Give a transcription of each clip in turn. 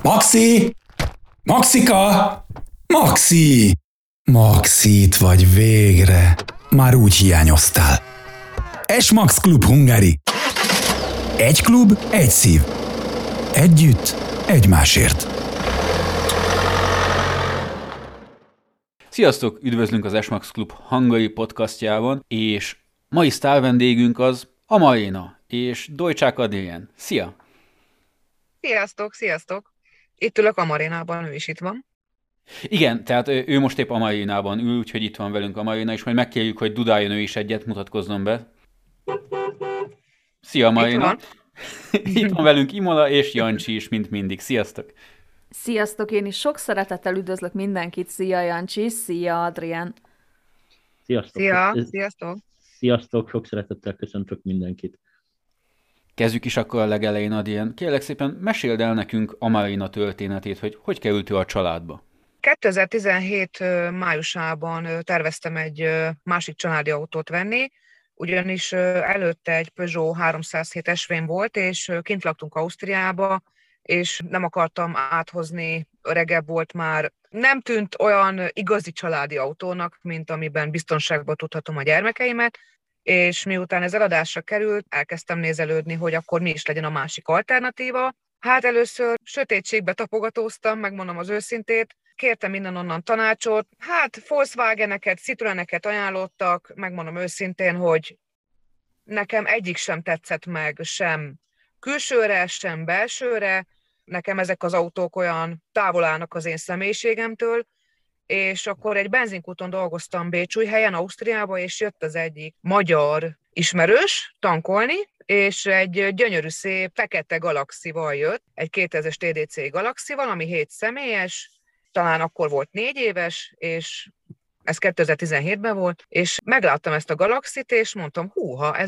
Maxi! Maxika! Maxi! Maxi, itt vagy végre. Már úgy hiányoztál. S-Max Klub Hungary. Egy klub, egy szív. Együtt, egymásért. Sziasztok! Üdvözlünk az S-Max Klub Hungary podcastjában, és mai sztár vendégünk az Amarina és Dojcsák Adrien. Szia! Sziasztok! Itt ülök Amarinában, ő is itt van. Igen, tehát ő most épp Amarinában ül, úgyhogy itt van velünk Amarina, és majd megkérjük, hogy dudáljon ő is egyet, mutatkozzon be. Szia, Amarina! Itt van velünk Imola és Jancsi is, mint mindig. Sziasztok! Sziasztok, én is sok szeretettel üdvözlök mindenkit. Szia, Jancsi, szia, Adrien! Sziasztok! Sziasztok! Sziasztok, sok szeretettel köszöntök mindenkit. Kezdjük is akkor a legelején, Adrien. Kérlek szépen, meséld el nekünk Amarina történetét, hogy került ő a családba. 2017 májusában terveztem egy másik családi autót venni, ugyanis előtte egy Peugeot 307 SV-n volt, és kint laktunk Ausztriába, és nem akartam áthozni, öregebb volt már. Nem tűnt olyan igazi családi autónak, mint amiben biztonságban tudhatom a gyermekeimet, és miután ez eladásra került, elkezdtem nézelődni, hogy akkor mi is legyen a másik alternatíva. Hát először sötétségbe tapogatóztam, megmondom az őszintét, kértem innen-onnan tanácsot, hát Volkswageneket, Citroeneket ajánlottak, megmondom őszintén, hogy nekem egyik sem tetszett meg, sem külsőre, sem belsőre, nekem ezek az autók olyan távol állnak az én személyiségemtől, és akkor egy benzinkúton dolgoztam Bécsújhelyen, Ausztriába, és jött az egyik magyar ismerős tankolni, és egy gyönyörű szép fekete Galaxival jött, egy 2000-es TDC Galaxival, ami 7 személyes, talán akkor volt 4 éves, és ez 2017-ben volt, és megláttam ezt a Galaxit, és mondtam, húha,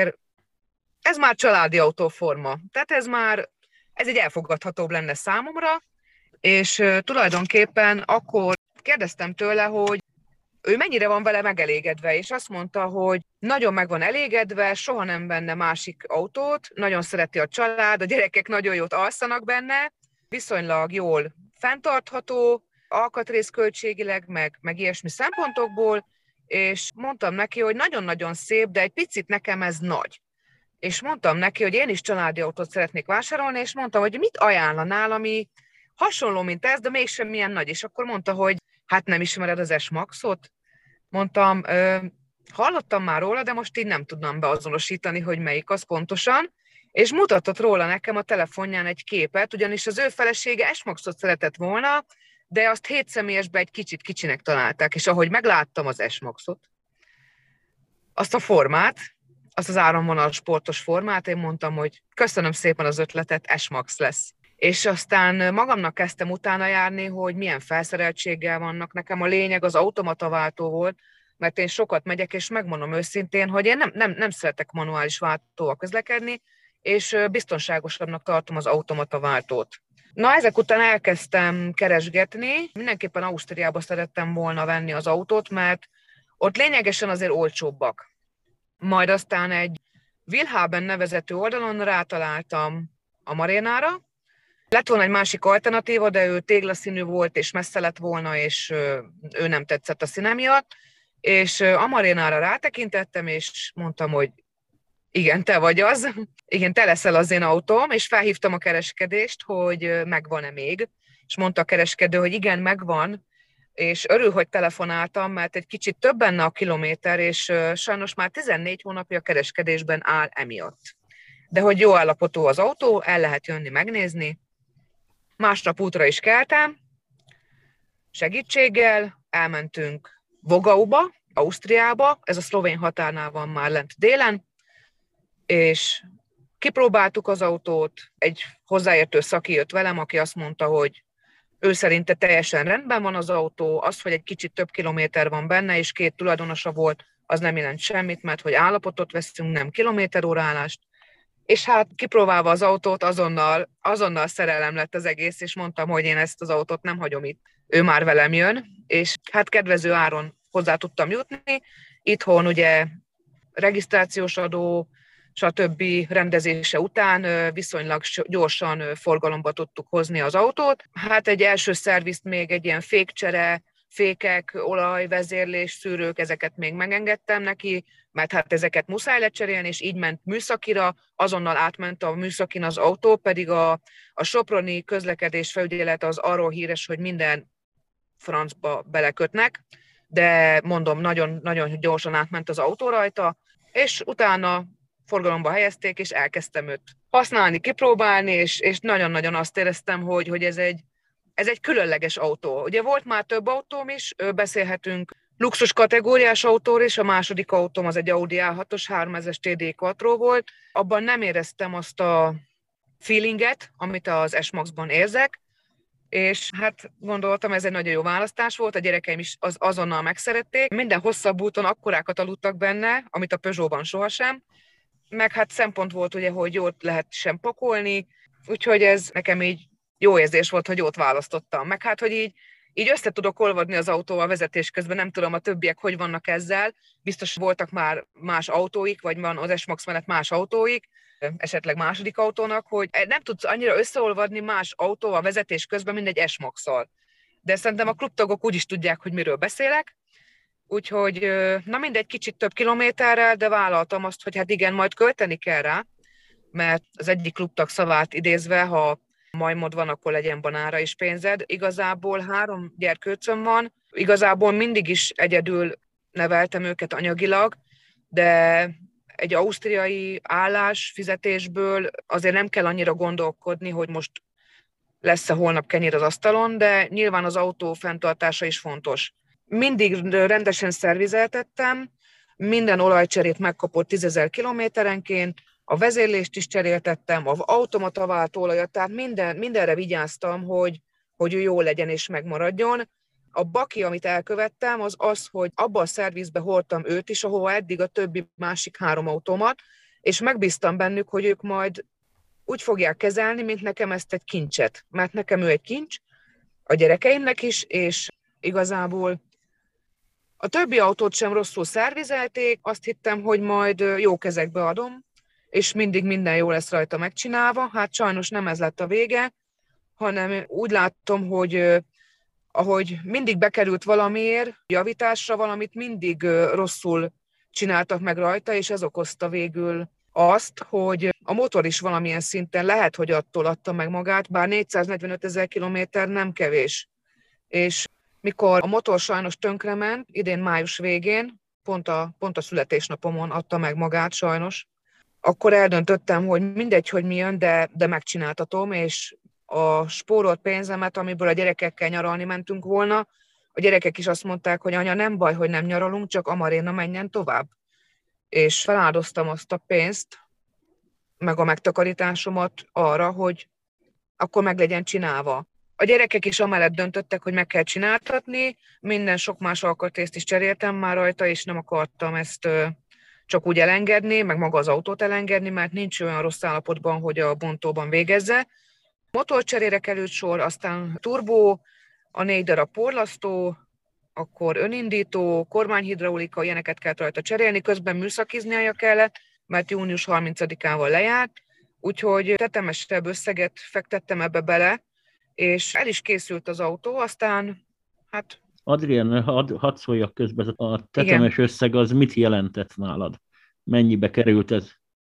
ez már családi autóforma, tehát ez egy elfogadhatóbb lenne számomra, és tulajdonképpen akkor kérdeztem tőle, hogy ő mennyire van vele megelégedve, és azt mondta, hogy nagyon meg van elégedve, soha nem venne másik autót, nagyon szereti a család, a gyerekek nagyon jót alszanak benne, viszonylag jól fenntartható, alkatrészköltségileg, meg ilyesmi szempontokból, és mondtam neki, hogy nagyon-nagyon szép, de egy picit nekem ez nagy. És mondtam neki, hogy én is családi autót szeretnék vásárolni, és mondtam, hogy mit ajánlanál, ami hasonló, mint ez, de mégsem milyen nagy. És akkor mondta, hogy hát nem ismered az S-Maxot? Mondtam, hallottam már róla, de most így nem tudnám beazonosítani, hogy melyik az pontosan, és mutatott róla nekem a telefonján egy képet, ugyanis az ő felesége S-Maxot szeretett volna, de azt 7 személyesbe egy kicsit kicsinek találták, és ahogy megláttam az S-Maxot, azt a formát, azt az áramvonal sportos formát, én mondtam, hogy köszönöm szépen az ötletet, S-Max lesz. És aztán magamnak kezdtem utána járni, hogy milyen felszereltséggel vannak. Nekem a lényeg az automataváltó volt, mert én sokat megyek, és megmondom őszintén, hogy én nem szeretek manuális váltóval közlekedni, és biztonságosabbnak tartom az automataváltót. Na, ezek után elkezdtem keresgetni, mindenképpen Ausztriába szerettem volna venni az autót, mert ott lényegesen azért olcsóbbak. Majd aztán egy Willhaben nevezetű oldalon rátaláltam Amarinára. Lett volna egy másik alternatíva, de ő téglaszínű volt, és messze lett volna, és ő nem tetszett a színe miatt. És Amarinára rátekintettem, és mondtam, hogy igen, te vagy az. Igen, te leszel az én autóm, és felhívtam a kereskedést, hogy megvan-e még. És mondta a kereskedő, hogy igen, megvan, és örül, hogy telefonáltam, mert egy kicsit több benne a kilométer, és sajnos már 14 hónapja kereskedésben áll emiatt. De hogy jó állapotú az autó, el lehet jönni megnézni. Másnap útra is keltem, segítséggel elmentünk Vogauba, Ausztriába, ez a szlovén határnál van már lent délen, és kipróbáltuk az autót, egy hozzáértő szaki jött velem, aki azt mondta, hogy ő szerinte teljesen rendben van az autó, az, hogy egy kicsit több kilométer van benne, és 2 tulajdonosa volt, az nem jelent semmit, mert hogy állapotot veszünk, nem kilométerórállást. És hát kipróbálva az autót, azonnal szerelem lett az egész, és mondtam, hogy én ezt az autót nem hagyom itt. Ő már velem jön, és hát kedvező áron hozzá tudtam jutni. Itthon ugye regisztrációs adó, stb. Rendezése után viszonylag gyorsan forgalomba tudtuk hozni az autót. Hát egy első szervizt még egy ilyen fékcsere, fékek, olaj, vezérlés, szűrők, ezeket még megengedtem neki, mert hát ezeket muszáj lecserélni, és így ment műszakira, azonnal átment a műszakin az autó, pedig a soproni közlekedés felügyelet az arról híres, hogy minden francba belekötnek, de mondom, nagyon, nagyon gyorsan átment az autó rajta, és utána forgalomba helyezték, és elkezdtem őt használni, kipróbálni, és nagyon-nagyon azt éreztem, hogy ez egy különleges autó. Ugye volt már több autóm is, beszélhetünk luxus kategóriás autóról, és a második autóm az egy Audi A6-os 3000-es TDI Quattro volt. Abban nem éreztem azt a feelinget, amit az S-Max-ban érzek, és hát gondoltam, ez egy nagyon jó választás volt, a gyerekeim is azonnal megszerették. Minden hosszabb úton akkorákat aludtak benne, amit a Peugeotban sohasem, meg hát szempont volt ugye, hogy jót lehet sem pakolni, úgyhogy ez nekem így jó érzés volt, hogy jót választottam. Meg hát, hogy így össze tudok olvadni az autóval vezetés közben, nem tudom a többiek hogy vannak ezzel, biztos voltak már más autóik, vagy van az S-Max mellett más autóik, esetleg második autónak, hogy nem tudsz annyira összeolvadni más autóval vezetés közben, mint egy S-Max-szal. De szerintem a klubtagok úgy is tudják, hogy miről beszélek, úgyhogy na mindegy, kicsit több kilométerrel, de vállaltam azt, hogy hát igen, majd költeni kell rá, mert az egyik klubtag szavát idézve, ha majmod van, akkor legyen banára is pénzed. Igazából 3 gyerkőcöm van, igazából mindig is egyedül neveltem őket anyagilag, de egy ausztriai állás fizetésből azért nem kell annyira gondolkodni, hogy most lesz-e holnap kenyér az asztalon, de nyilván az autó fenntartása is fontos. Mindig rendesen szervizeltettem, minden olajcserét megkapott 10 000 kilométerenként, a vezérlést is cseréltettem, az automata váltóolajat, tehát mindenre vigyáztam, hogy ő jó legyen és megmaradjon. A baki, amit elkövettem, az, hogy abba a szervizbe hordtam őt is, ahova eddig a többi másik 3 autómat, és megbíztam bennük, hogy ők majd úgy fogják kezelni, mint nekem ezt egy kincset. Mert nekem ő egy kincs, a gyerekeimnek is, és igazából a többi autót sem rosszul szervizelték, azt hittem, hogy majd jó kezekbe adom, és mindig minden jó lesz rajta megcsinálva. Hát sajnos nem ez lett a vége, hanem úgy láttam, hogy ahogy mindig bekerült valamiért, javításra valamit mindig rosszul csináltak meg rajta, és ez okozta végül azt, hogy a motor is valamilyen szinten lehet, hogy attól adta meg magát, bár 445 000 kilométer nem kevés. És mikor a motor sajnos tönkrement, idén május végén, pont a születésnapomon adta meg magát sajnos, akkor eldöntöttem, hogy mindegy, hogy mi jön, de megcsináltatom, és a spórolt pénzemet, amiből a gyerekekkel nyaralni mentünk volna, a gyerekek is azt mondták, hogy anya, nem baj, hogy nem nyaralunk, csak Amaréna menjen tovább. És feláldoztam azt a pénzt, meg a megtakarításomat arra, hogy akkor meg legyen csinálva. A gyerekek is amellett döntöttek, hogy meg kell csináltatni, minden sok más alkatrészt is cseréltem már rajta, és nem akartam ezt csak úgy elengedni, meg maga az autót elengedni, mert nincs olyan rossz állapotban, hogy a bontóban végezze. Motorcserére került sor, aztán turbó, a 4 darab porlasztó, akkor önindító, kormányhidraulika, ilyeneket kellett rajta cserélni, közben műszakiznia kellett, mert június 30-ával lejárt, úgyhogy tetemesebb összeget fektettem ebbe bele, és el is készült az autó, aztán hát... Adrián, hadd szóljak közben, a tetemes összeg az mit jelentett nálad? Mennyibe került ez?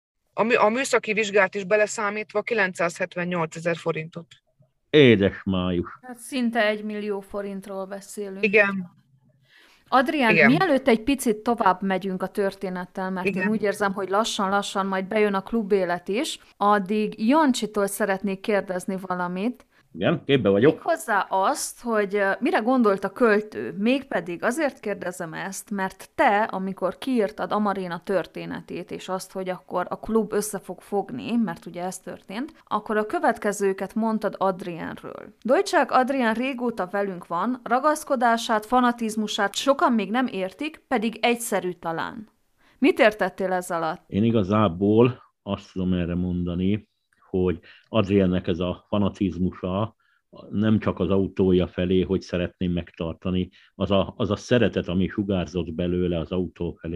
A műszaki vizsgát is beleszámítva 978 000 forintot. Édes május. Hát szinte 1 millió forintról beszélünk. Igen. Adrián, Igen. mielőtt egy picit tovább megyünk a történettel, mert Igen. én úgy érzem, hogy lassan-lassan majd bejön a klubélet is, addig Jancsitól szeretnék kérdezni valamit. Igen, képbe vagyok. Hozzá azt, hogy mire gondolt a költő, mégpedig azért kérdezem ezt, mert te, amikor kiírtad Amaréna történetét, és azt, hogy akkor a klub össze fog fogni, mert ugye ez történt, akkor a következőket mondtad Adriánről. Dojcsák Adrián régóta velünk van, ragaszkodását, fanatizmusát sokan még nem értik, pedig egyszerű talán. Mit értettél ez alatt? Én igazából azt tudom erre mondani, hogy Adriánnek ez a fanatizmusa nem csak az autója felé, hogy szeretném megtartani, az a szeretet, ami sugárzott belőle az autó felé,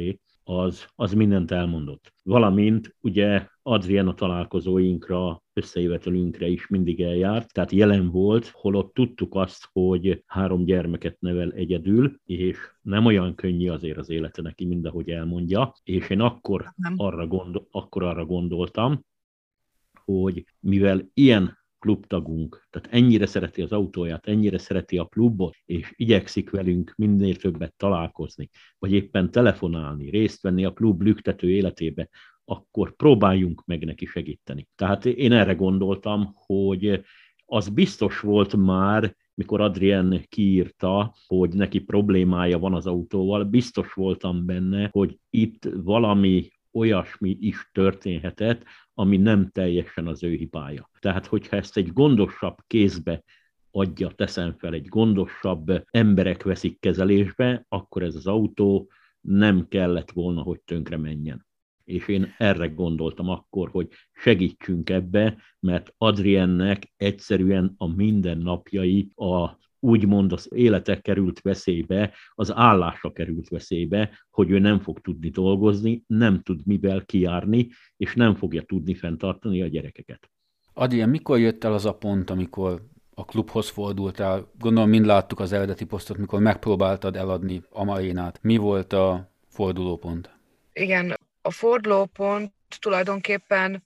az mindent elmondott. Valamint ugye Adrien a találkozóinkra, összejövetelünkre is mindig eljárt, tehát jelen volt, holott tudtuk azt, hogy 3 gyermeket nevel egyedül, és nem olyan könnyű azért az élete neki, mint ahogy elmondja, és én akkor arra gondoltam, hogy mivel ilyen klubtagunk, tehát ennyire szereti az autóját, ennyire szereti a klubot, és igyekszik velünk minél többet találkozni, vagy éppen telefonálni, részt venni a klub lüktető életébe, akkor próbáljunk meg neki segíteni. Tehát én erre gondoltam, hogy az biztos volt már, mikor Adrien kiírta, hogy neki problémája van az autóval, biztos voltam benne, hogy itt valami olyasmi is történhetett, ami nem teljesen az ő hibája. Tehát, hogyha ezt egy gondosabb kézbe adja, teszem fel, egy gondosabb emberek veszik kezelésbe, akkor ez az autó nem kellett volna, hogy tönkre menjen. És én erre gondoltam akkor, hogy segítsünk ebbe, mert Adriennek egyszerűen a mindennapjai, úgymond az élete került veszélybe, az állása került veszélybe, hogy ő nem fog tudni dolgozni, nem tud mivel kijárni, és nem fogja tudni fenntartani a gyerekeket. Adrien, mikor jött el az a pont, amikor a klubhoz fordultál? Gondolom, mind láttuk az eredeti posztot, mikor megpróbáltad eladni Amarénát. Mi volt a fordulópont? Igen, a fordulópont tulajdonképpen,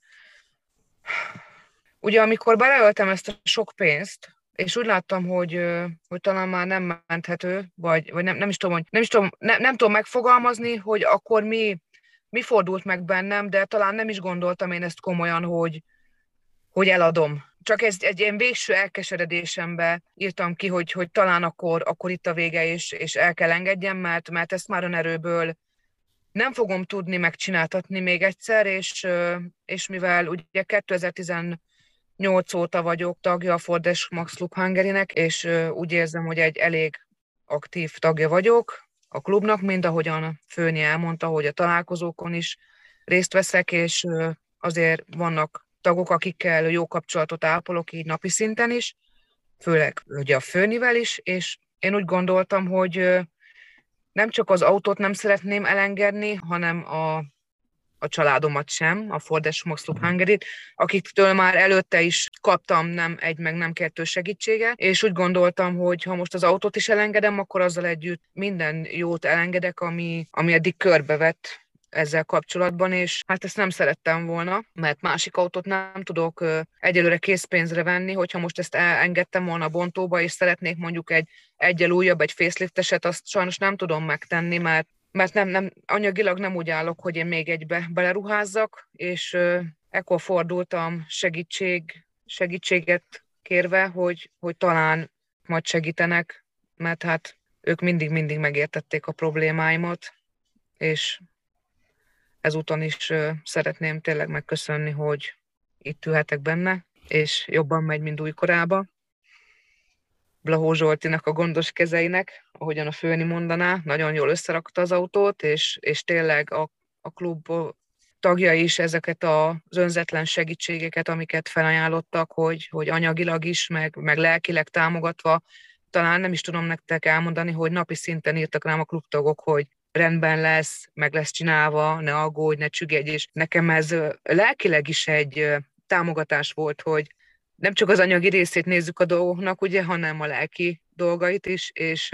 ugye amikor beleöltem ezt a sok pénzt, és úgy láttam, hogy talán már nem menthető, vagy nem is tudom, nem tudom megfogalmazni, hogy akkor mi fordult meg bennem, de talán nem is gondoltam én ezt komolyan, hogy eladom. Csak egy ilyen végső elkeseredésembe írtam ki, hogy talán akkor itt a vége, és el kell engedjem, mert ezt már önerőből nem fogom tudni megcsináltatni még egyszer, és mivel ugye 2018 óta vagyok tagja a Ford & Max Club Hungary-nek, és úgy érzem, hogy egy elég aktív tagja vagyok a klubnak, mind ahogyan Főni elmondta, hogy a találkozókon is részt veszek, és azért vannak tagok, akikkel jó kapcsolatot ápolok így napi szinten is, főleg ugye a Főnivel is, és én úgy gondoltam, hogy nem csak az autót nem szeretném elengedni, hanem a családomat sem, a Ford & Max Club Hungary-t, akiktől már előtte is kaptam nem egy, meg nem 2 segítséget, és úgy gondoltam, hogy ha most az autót is elengedem, akkor azzal együtt minden jót elengedek, ami eddig körbevett ezzel kapcsolatban, és hát ezt nem szerettem volna, mert másik autót nem tudok egyelőre készpénzre venni, hogyha most ezt elengedtem volna a bontóba, és szeretnék mondjuk egyel újabb, egy facelifteset, azt sajnos nem tudom megtenni, mert nem anyagilag nem úgy állok, hogy én még egybe beleruházzak, és ekkor fordultam segítséget kérve, hogy talán majd segítenek, mert hát ők mindig megértették a problémáimat, és ezúton is szeretném tényleg megköszönni, hogy itt ülhetek benne, és jobban megy, mint újkorába. Blahó Zsoltinak, a gondos kezeinek, ahogyan a Főni mondaná, nagyon jól összerakta az autót, és tényleg a klub tagjai is ezeket az önzetlen segítségeket, amiket felajánlottak, hogy anyagilag is, meg lelkileg támogatva, talán nem is tudom nektek elmondani, hogy napi szinten írtak rám a klubtagok, hogy rendben lesz, meg lesz csinálva, ne aggódj, ne csüggedj, és nekem ez lelkileg is egy támogatás volt, hogy nem csak az anyagi részét nézzük a dolgoknak, ugye, hanem a lelki dolgait is,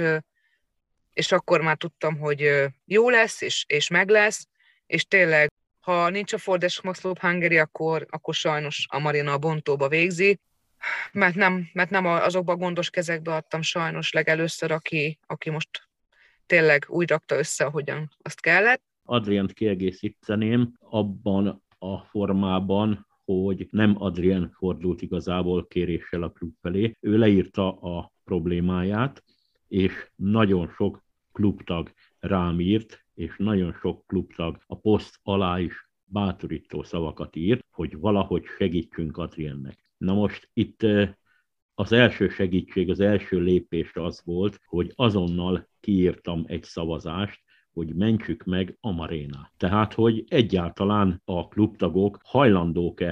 és akkor már tudtam, hogy jó lesz, és meg lesz, és tényleg, ha nincs a Ford & Max Club Hungary, akkor sajnos a Marina a bontóba végzi, mert nem azokba a gondos kezekbe adtam sajnos legelőször, aki most tényleg úgy rakta össze, ahogyan azt kellett. Adrient kiegészíteném abban a formában, hogy nem Adrien fordult igazából kéréssel a klub felé. Ő leírta a problémáját, és nagyon sok klubtag rám írt, és nagyon sok klubtag a poszt alá is bátorító szavakat írt, hogy valahogy segítsünk Adriennek. Na most itt az első segítség, az első lépés az volt, hogy azonnal kiírtam egy szavazást, hogy mentsük meg Amarénát. Tehát, hogy egyáltalán a klubtagok hajlandók-e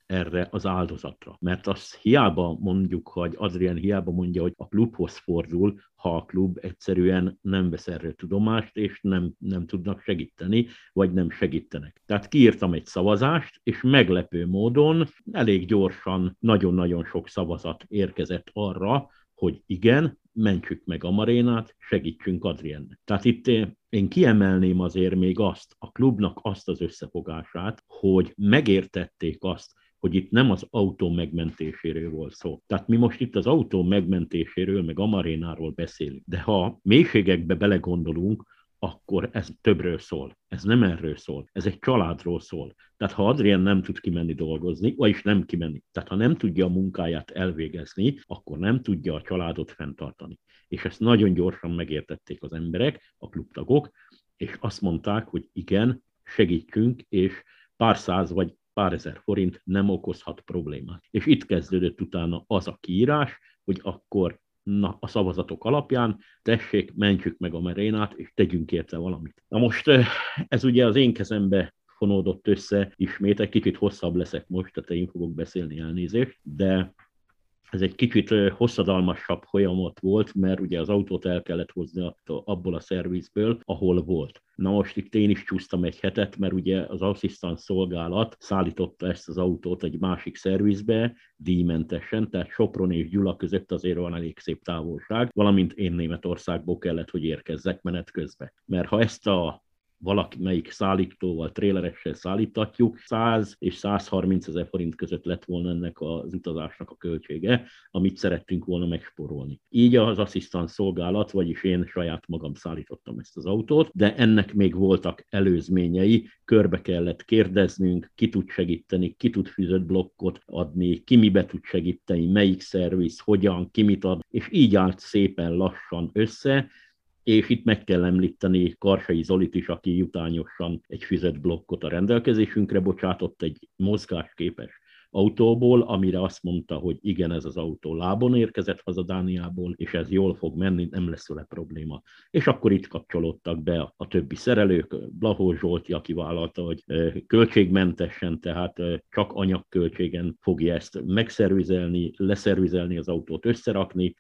erre az áldozatra. Mert azt hiába mondjuk, hogy Adrien hiába mondja, hogy a klubhoz fordul, ha a klub egyszerűen nem vesz erről tudomást, és nem tudnak segíteni, vagy nem segítenek. Tehát kiírtam egy szavazást, és meglepő módon elég gyorsan nagyon-nagyon sok szavazat érkezett arra, hogy igen, mentsük meg Amarénát, segítsünk Adriennek. Tehát itt én kiemelném azért még azt, a klubnak azt az összefogását, hogy megértették azt, hogy itt nem az autó megmentéséről volt szó. Tehát mi most itt az autó megmentéséről, meg Amarénáról beszélünk. De ha mélységekbe belegondolunk, akkor ez többről szól. Ez nem erről szól. Ez egy családról szól. Tehát ha Adrien nem tud kimenni dolgozni, vagyis nem kimenni, tehát ha nem tudja a munkáját elvégezni, akkor nem tudja a családot fenntartani. És ezt nagyon gyorsan megértették az emberek, a klubtagok, és azt mondták, hogy igen, segítsünk, és pár száz vagy pár ezer forint nem okozhat problémát. És itt kezdődött utána az a kiírás, hogy akkor a szavazatok alapján tessék, mentsük meg Amarénát, és tegyünk érte valamit. Na most ez ugye az én kezembe fonódott össze ismét, egy kicsit hosszabb leszek most, tehát én fogok beszélni, elnézést, de ez egy kicsit hosszadalmasabb folyamat volt, mert ugye az autót el kellett hozni abból a szervizből, ahol volt. Na most itt én is csúsztam egy hetet, mert ugye az asszisztans szolgálat szállította ezt az autót egy másik szervizbe, díjmentesen, tehát Sopron és Gyula között azért van elég szép távolság, valamint én Németországból kellett, hogy érkezzek menet közben. Mert ha ezt a valamelyik szállítóval, tréleressel szállítatjuk, 100 és 130 ezer forint között lett volna ennek az utazásnak a költsége, amit szerettünk volna megspórolni. Így az asszisztans szolgálat, vagyis én saját magam szállítottam ezt az autót, de ennek még voltak előzményei, körbe kellett kérdeznünk, ki tud segíteni, ki tud fűzött blokkot adni, ki mibe tud segíteni, melyik szerviz, hogyan, ki mit ad, és így állt szépen lassan össze, és itt meg kell említeni Karsai Zolit is, aki jutányosan egy fűzött blokkot a rendelkezésünkre bocsátott egy mozgásképes autóból, amire azt mondta, hogy igen, ez az autó lábon érkezett haza Dániából, és ez jól fog menni, nem lesz vele probléma. És akkor itt kapcsolódtak be a többi szerelők, Blahó Zsolti, aki vállalta, hogy költségmentesen, tehát csak anyagköltségen fogja ezt megszervizelni, leszervizelni az autót, összerakni,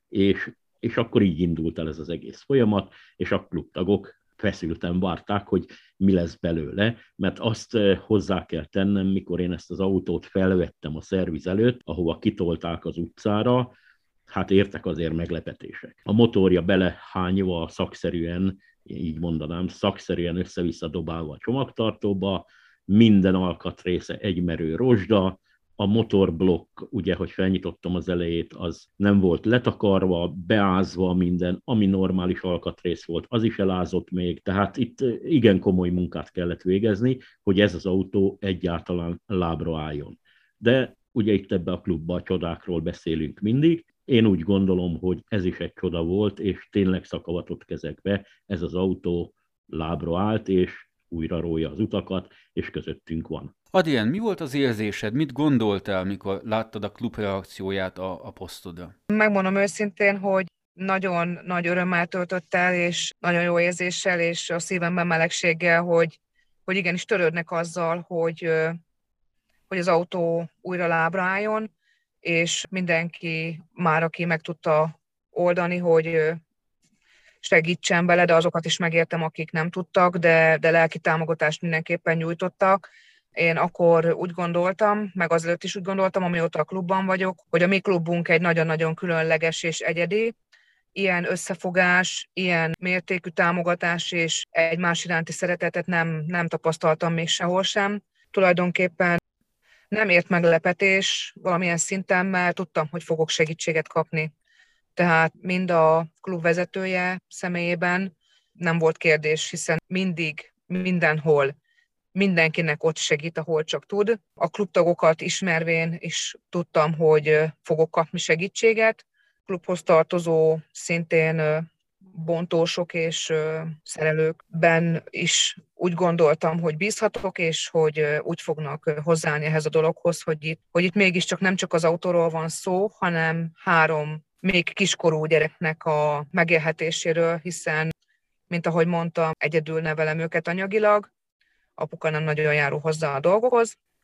és akkor így indult el ez az egész folyamat, és a klubtagok feszülten várták, hogy mi lesz belőle, mert azt hozzá kell tennem, mikor én ezt az autót felvettem a szerviz előtt, ahova kitolták az utcára, hát értek azért meglepetések. A motorja belehányva szakszerűen, így mondanám, szakszerűen össze-vissza dobálva a csomagtartóba, minden alkatrésze egymerő rozsda, a motorblokk, ugye, hogy felnyitottam az elejét, az nem volt letakarva, beázva minden, ami normális alkatrész volt, az is elázott még, tehát itt igen komoly munkát kellett végezni, hogy ez az autó egyáltalán lábra álljon. De ugye itt ebbe a klubban a csodákról beszélünk mindig, én úgy gondolom, hogy ez is egy csoda volt, és tényleg szakavatott kezekbe ez az autó lábra állt, és újra rója az utakat, és közöttünk van. Adrien, mi volt az érzésed? Mit gondoltál, mikor láttad a klub reakcióját a posztodra? Megmondom őszintén, hogy nagyon nagy örömmel töltött el, és nagyon jó érzéssel, és a szívemben melegséggel, hogy igenis törődnek azzal, hogy az autó újra lábra álljon, és mindenki már, aki meg tudta oldani, hogy segítsen vele, de azokat is megértem, akik nem tudtak, de lelki támogatást mindenképpen nyújtottak. Én akkor úgy gondoltam, meg azelőtt is úgy gondoltam, amióta a klubban vagyok, hogy a mi klubunk egy nagyon-nagyon különleges és egyedi. Ilyen összefogás, ilyen mértékű támogatás és egymás iránti szeretetet nem tapasztaltam még sehol sem. Tulajdonképpen nem ért meglepetés valamilyen szinten, mert tudtam, hogy fogok segítséget kapni. Tehát mind a klub vezetője személyében nem volt kérdés, hiszen mindig, mindenhol mindenkinek ott segít, ahol csak tud. A klubtagokat ismervén is tudtam, hogy fogok kapni segítséget. Klubhoz tartozó szintén bontósok és szerelőkben is úgy gondoltam, hogy bízhatok, és hogy úgy fognak hozzáállni ehhez a dologhoz, hogy itt mégiscsak nem csak az autóról van szó, hanem 3 még kiskorú gyereknek a megélhetéséről, hiszen, mint ahogy mondtam, egyedül nevelem őket anyagilag, apuka nem nagyon járul hozzá a dolgokhoz.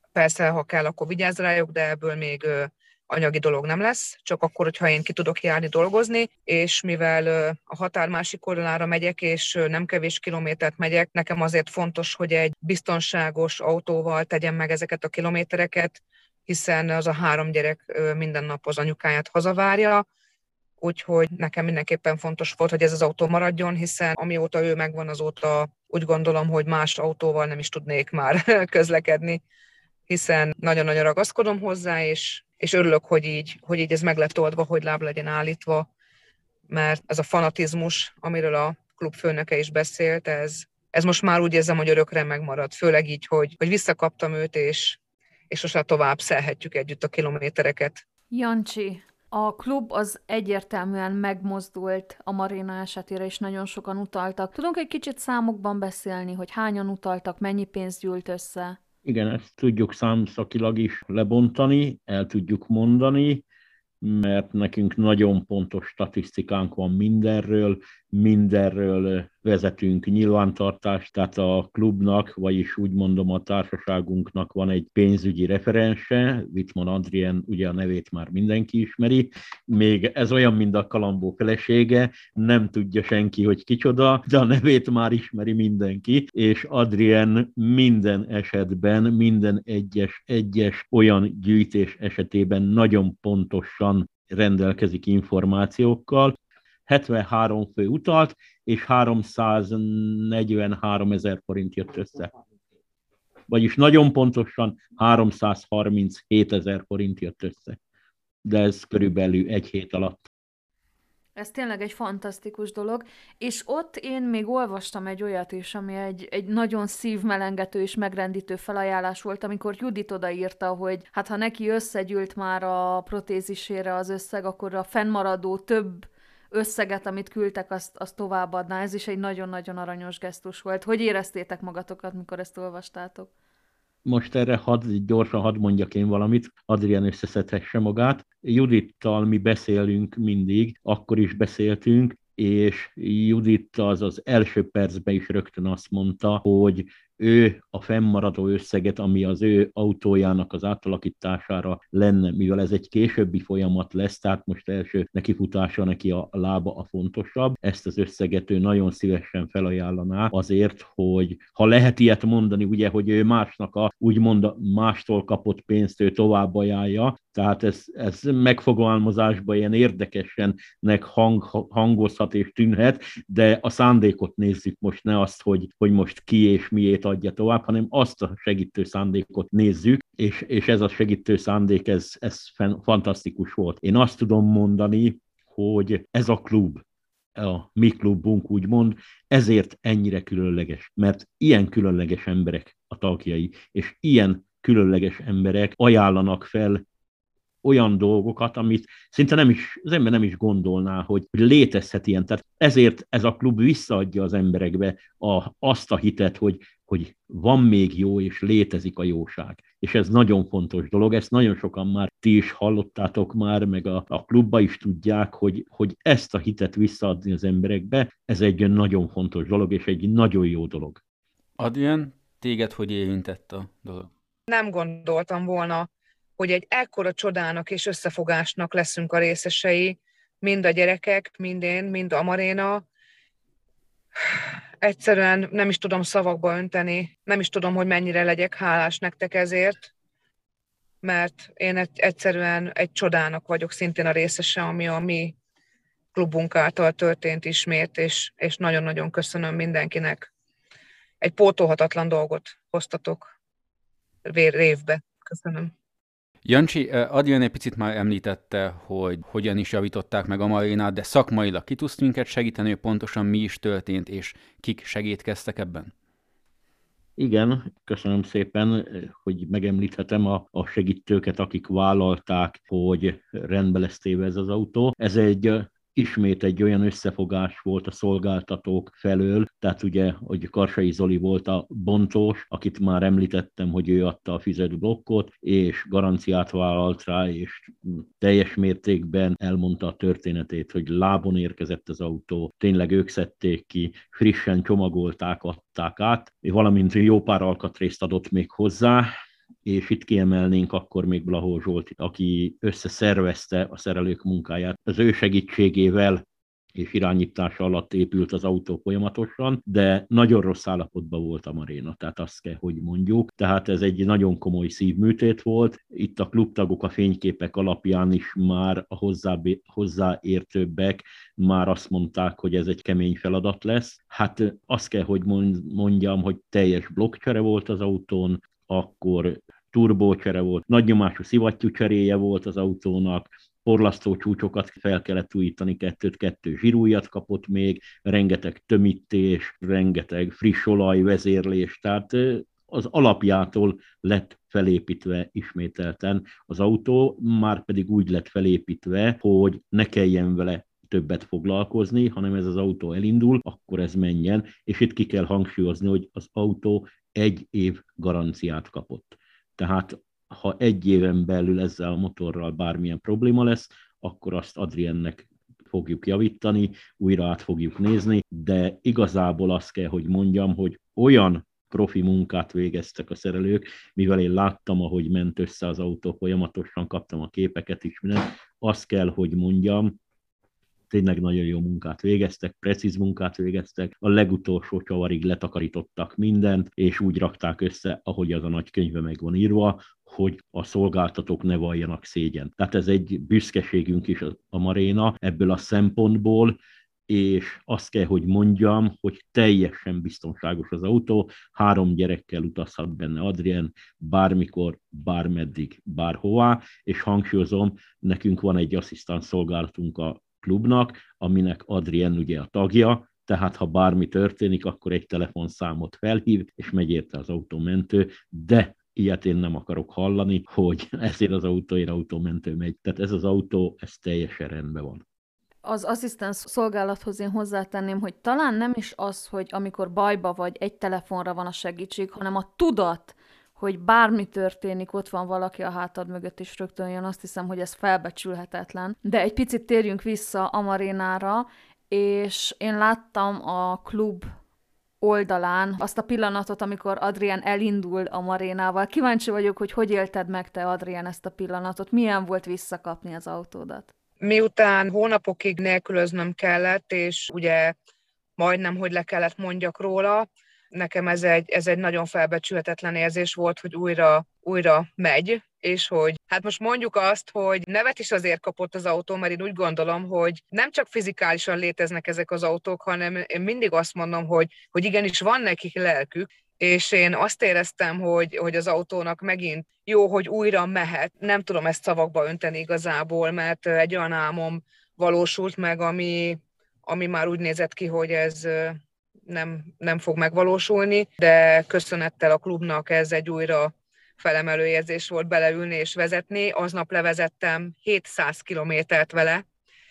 Persze, ha kell, akkor vigyázz rájuk, de ebből még anyagi dolog nem lesz, csak akkor, hogyha én ki tudok járni dolgozni, és mivel a határ másik oldalára megyek, és nem kevés kilométert megyek, nekem azért fontos, hogy egy biztonságos autóval tegyem meg ezeket a kilométereket, hiszen az a 3 gyerek minden nap az anyukáját hazavárja, úgyhogy nekem mindenképpen fontos volt, hogy ez az autó maradjon, hiszen amióta ő megvan, azóta úgy gondolom, hogy más autóval nem is tudnék már közlekedni, hiszen nagyon-nagyon ragaszkodom hozzá, és örülök, hogy így ez meg lett oldva, hogy láb legyen állítva, mert ez a fanatizmus, amiről a klub főnöke is beszélt, ez most már úgy érzem, hogy örökre megmarad, főleg így, hogy visszakaptam őt, és sosem tovább szelhetjük együtt a kilométereket. Jancsi, a klub az egyértelműen megmozdult a Maréna esetére, és nagyon sokan utaltak. Tudunk egy kicsit számokban beszélni, hogy hányan utaltak, mennyi pénzt gyűlt össze? Igen, ezt tudjuk számszakilag is lebontani, el tudjuk mondani, mert nekünk nagyon pontos statisztikánk van mindenről vezetünk nyilvántartást, tehát a klubnak, vagyis úgy mondom a társaságunknak van egy pénzügyi referense, Wittmann Adrien, ugye a nevét már mindenki ismeri, még ez olyan, mint a Kalambó felesége, nem tudja senki, hogy kicsoda, de a nevét már ismeri mindenki, és Adrien minden esetben, minden egyes olyan gyűjtés esetében nagyon pontosan rendelkezik információkkal. 73 fő utalt, és 343 000 forint jött össze. Vagyis nagyon pontosan 337 000 forint jött össze. De ez körülbelül 1 hét alatt. Ez tényleg egy fantasztikus dolog, és ott én még olvastam egy olyat is, ami egy nagyon szívmelengető és megrendítő felajánlás volt, amikor Judit odaírta, hogy hát ha neki összegyűlt már a protézisére az összeg, akkor a fennmaradó több összeget, amit küldtek, azt továbbadná. Ez is egy nagyon-nagyon aranyos gesztus volt. Hogy éreztétek magatokat, mikor ezt olvastátok? Most erre gyorsan hadd mondjak én valamit, Adrien összeszedhesse magát. Judittal mi beszélünk mindig, akkor is beszéltünk, és Judit az első percben is rögtön azt mondta, hogy ő a fennmaradó összeget, ami az ő autójának az átalakítására lenne, mivel ez egy későbbi folyamat lesz, tehát most első nekifutása neki a lába a fontosabb. Ezt az összeget ő nagyon szívesen felajánlaná azért, hogy ha lehet ilyet mondani, ugye, hogy ő másnak úgymond mástól kapott pénzt ő tovább ajánlja, tehát ez megfogalmazásban ilyen érdekesen hangozhat és tűnhet, de a szándékot nézzük most, ne azt, hogy most ki és miért adja tovább, hanem azt a segítő szándékot nézzük, és ez a segítő szándék, ez fantasztikus volt. Én azt tudom mondani, hogy ez a klub, a mi klubunk úgymond, ezért ennyire különleges, mert ilyen különleges emberek a tagjai, és ilyen különleges emberek ajánlanak fel olyan dolgokat, amit szinte az ember nem is gondolná, hogy létezhet ilyen. Tehát ezért ez a klub visszaadja az emberekbe azt a hitet, hogy van még jó, és létezik a jóság. És ez nagyon fontos dolog, ezt nagyon sokan már ti is hallottátok már, meg a klubba is tudják, hogy ezt a hitet visszaadni az emberekbe, ez egy nagyon fontos dolog, és egy nagyon jó dolog. Adrien, téged hogy érintett a dolog? Nem gondoltam volna, hogy egy ekkora csodának és összefogásnak leszünk a részesei, mind a gyerekek, mind én, mind a Maréna. Egyszerűen nem is tudom szavakba önteni, nem is tudom, hogy mennyire legyek hálás nektek ezért, mert én egyszerűen egy csodának vagyok szintén a részese, ami a mi klubunk által történt ismét, és nagyon-nagyon köszönöm mindenkinek. Egy pótolhatatlan dolgot hoztatok révbe. Köszönöm. Jancsi, Adrien egy picit már említette, hogy hogyan is javították meg a Marénát, de szakmailag ki tudsz minket segíteni, hogy pontosan mi is történt, és kik segítkeztek ebben? Igen, köszönöm szépen, hogy megemlíthetem a segítőket, akik vállalták, hogy rendbe lesz téve ez az autó. Ez ismét egy olyan összefogás volt a szolgáltatók felől, tehát ugye, hogy Karsai Zoli volt a bontós, akit már említettem, hogy ő adta a fizetblokkot, és garanciát vállalt rá, és teljes mértékben elmondta a történetét, hogy lábon érkezett az autó, tényleg ők szedték ki, frissen csomagolták, adták át, valamint jó pár alkatrészt adott még hozzá, és itt kiemelnénk akkor még Blahó Zsolt, aki összeszervezte a szerelők munkáját. Az ő segítségével és irányítása alatt épült az autó folyamatosan, de nagyon rossz állapotban volt a Maréna, tehát azt kell, hogy mondjuk. Tehát ez egy nagyon komoly szívműtét volt. Itt a klubtagok a fényképek alapján is már a hozzáértőbbek már azt mondták, hogy ez egy kemény feladat lesz. Hát azt kell, hogy mondjam, hogy teljes blokkcsere volt az autón, akkor turbócsere volt, nagynyomású szivattyú cseréje volt az autónak, porlasztó csúcsokat fel kellett újítani, 2-2 zsirújat kapott még, rengeteg tömítés, rengeteg friss olaj, vezérlés, tehát az alapjától lett felépítve ismételten az autó, már pedig úgy lett felépítve, hogy ne kelljen vele többet foglalkozni, hanem ez az autó elindul, akkor ez menjen, és itt ki kell hangsúlyozni, hogy az autó 1 év garanciát kapott. Tehát ha 1 éven belül ezzel a motorral bármilyen probléma lesz, akkor azt Adriennek fogjuk javítani, újra át fogjuk nézni, de igazából azt kell, hogy mondjam, hogy olyan profi munkát végeztek a szerelők, mivel én láttam, ahogy ment össze az autó, folyamatosan kaptam a képeket is, mindent, azt kell, hogy mondjam, tényleg nagyon jó munkát végeztek, precíz munkát végeztek, a legutolsó csavarig letakarítottak mindent, és úgy rakták össze, ahogy az a nagy könyve meg van írva, hogy a szolgáltatók ne valljanak szégyen. Tehát ez egy büszkeségünk is a Maréna ebből a szempontból, és azt kell, hogy mondjam, hogy teljesen biztonságos az autó, 3 gyerekkel utazhat benne Adrien, bármikor, bármeddig, bárhová, és hangsúlyozom, nekünk van egy asszisztans szolgálatunk a klubnak, aminek Adrien ugye a tagja, tehát ha bármi történik, akkor egy telefonszámot felhív, és megy érte az autómentő, de ilyet én nem akarok hallani, hogy ezért az autóért autómentő megy. Tehát ez az autó, ez teljesen rendben van. Az asszisztens szolgálathoz én hozzátenném, hogy talán nem is az, hogy amikor bajba vagy, egy telefonra van a segítség, hanem a tudat, hogy bármi történik, ott van valaki a hátad mögött, és rögtön jön, azt hiszem, hogy ez felbecsülhetetlen. De egy picit térjünk vissza a Marénára, és én láttam a klub oldalán azt a pillanatot, amikor Adrien elindul a Marénával. Kíváncsi vagyok, hogy élted meg te, Adrien, ezt a pillanatot? Milyen volt visszakapni az autódat? Miután hónapokig nélkülöznöm kellett, és ugye majdnem, hogy le kellett mondjak róla, nekem ez egy nagyon felbecsülhetetlen érzés volt, hogy újra megy, és hogy hát most mondjuk azt, hogy nevet is azért kapott az autó, mert én úgy gondolom, hogy nem csak fizikálisan léteznek ezek az autók, hanem én mindig azt mondom, hogy igenis van nekik lelkük, és én azt éreztem, hogy az autónak megint jó, hogy újra mehet. Nem tudom ezt szavakba önteni igazából, mert egy olyan álmom valósult meg, ami már úgy nézett ki, hogy ez nem fog megvalósulni, de köszönettel a klubnak ez egy újra felemelő érzés volt beleülni és vezetni. Aznap levezettem 700 kilométert vele,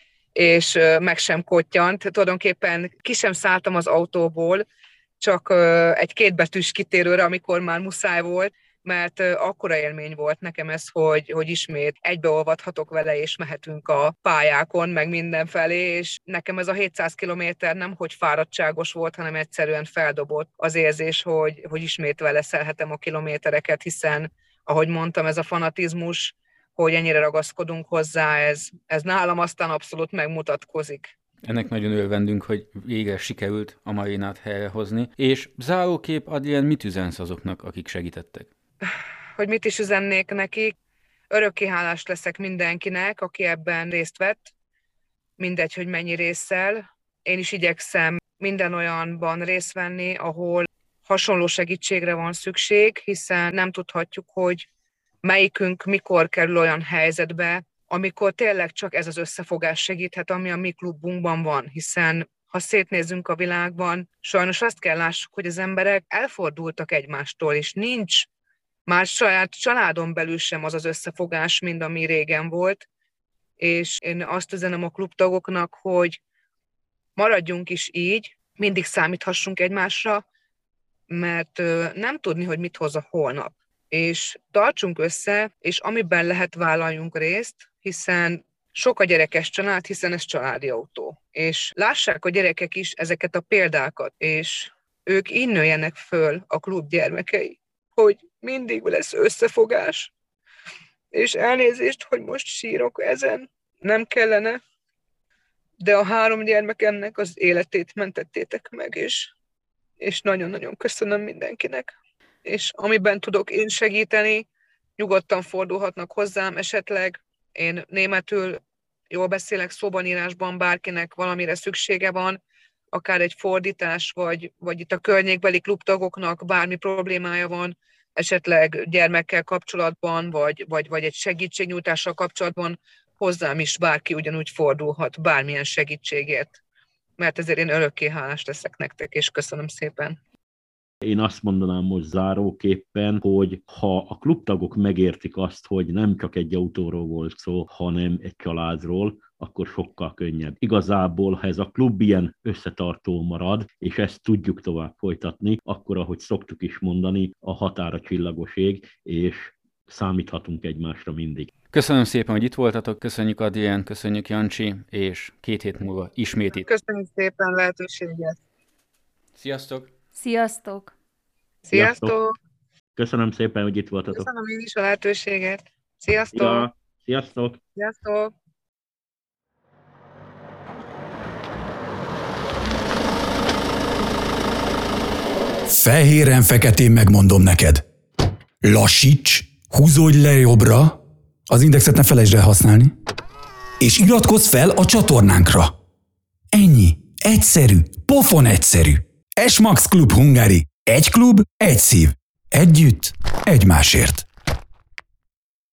és meg sem kottyant. Tulajdonképpen ki sem szálltam az autóból, csak egy 2 betűs kitérőre, amikor már muszáj volt, mert akkora élmény volt nekem ez, hogy ismét egybeolvadhatok vele, és mehetünk a pályákon, meg mindenfelé, és nekem ez a 700 kilométer nem hogy fáradtságos volt, hanem egyszerűen feldobott az érzés, hogy ismét vele szelhetem a kilométereket, hiszen, ahogy mondtam, ez a fanatizmus, hogy ennyire ragaszkodunk hozzá, ez nálam aztán abszolút megmutatkozik. Ennek nagyon örvendünk, hogy végre sikerült a Marénát helyrehozni. És zárókép, Adrien, mit üzensz azoknak, akik segítettek? Hogy mit is üzennék nekik? Örökké hálás leszek mindenkinek, aki ebben részt vett, mindegy, hogy mennyi résszel. Én is igyekszem minden olyanban részt venni, ahol hasonló segítségre van szükség, hiszen nem tudhatjuk, hogy melyikünk mikor kerül olyan helyzetbe, amikor tényleg csak ez az összefogás segíthet, ami a mi klubunkban van, hiszen ha szétnézünk a világban, sajnos azt kell lássuk, hogy az emberek elfordultak egymástól, és nincs már saját családon belül sem az összefogás, mint ami régen volt, és én azt üzenem a klubtagoknak, hogy maradjunk is így, mindig számíthassunk egymásra, mert nem tudni, hogy mit hoz a holnap. És tartsunk össze, és amiben lehet, vállaljunk részt, hiszen sok a gyerekes család, hiszen ez családi autó. És lássák a gyerekek is ezeket a példákat, és ők így nőjenek föl, a klub gyermekei, hogy mindig lesz összefogás. És elnézést, hogy most sírok ezen, nem kellene, de a 3 gyermekemnek az életét mentettétek meg, és nagyon-nagyon köszönöm mindenkinek. És amiben tudok én segíteni, nyugodtan fordulhatnak hozzám esetleg. Én németül jól beszélek, szóban, írásban, bárkinek valamire szüksége van, akár egy fordítás, vagy itt a környékbeli klubtagoknak bármi problémája van, esetleg gyermekkel kapcsolatban, vagy egy segítségnyújtással kapcsolatban, hozzám is bárki ugyanúgy fordulhat bármilyen segítségért. Mert ezért én örökké hálás leszek nektek, és köszönöm szépen. Én azt mondanám most záróképpen, hogy ha a klubtagok megértik azt, hogy nem csak egy autóról volt szó, hanem egy családról, akkor sokkal könnyebb. Igazából, ha ez a klub ilyen összetartó marad, és ezt tudjuk tovább folytatni, akkor, ahogy szoktuk is mondani, a határ a csillagos ég, és számíthatunk egymásra mindig. Köszönöm szépen, hogy itt voltatok, köszönjük Adrien, köszönjük Jancsi, és 2 hét múlva ismét itt. Köszönjük szépen a lehetőséget. Sziasztok! Sziasztok! Sziasztok! Köszönöm szépen, hogy itt voltatok. Köszönöm én is a lehetőséget. Sziasztok! Ja, sziasztok! Sziasztok! Fehéren-feketén megmondom neked. Lassíts, húzódj le jobbra, az indexet ne felejtsd el használni, és iratkozz fel a csatornánkra. Ennyi. Egyszerű. Pofon egyszerű. S-Max Klub Hungary. Egy klub, egy szív. Együtt, egymásért.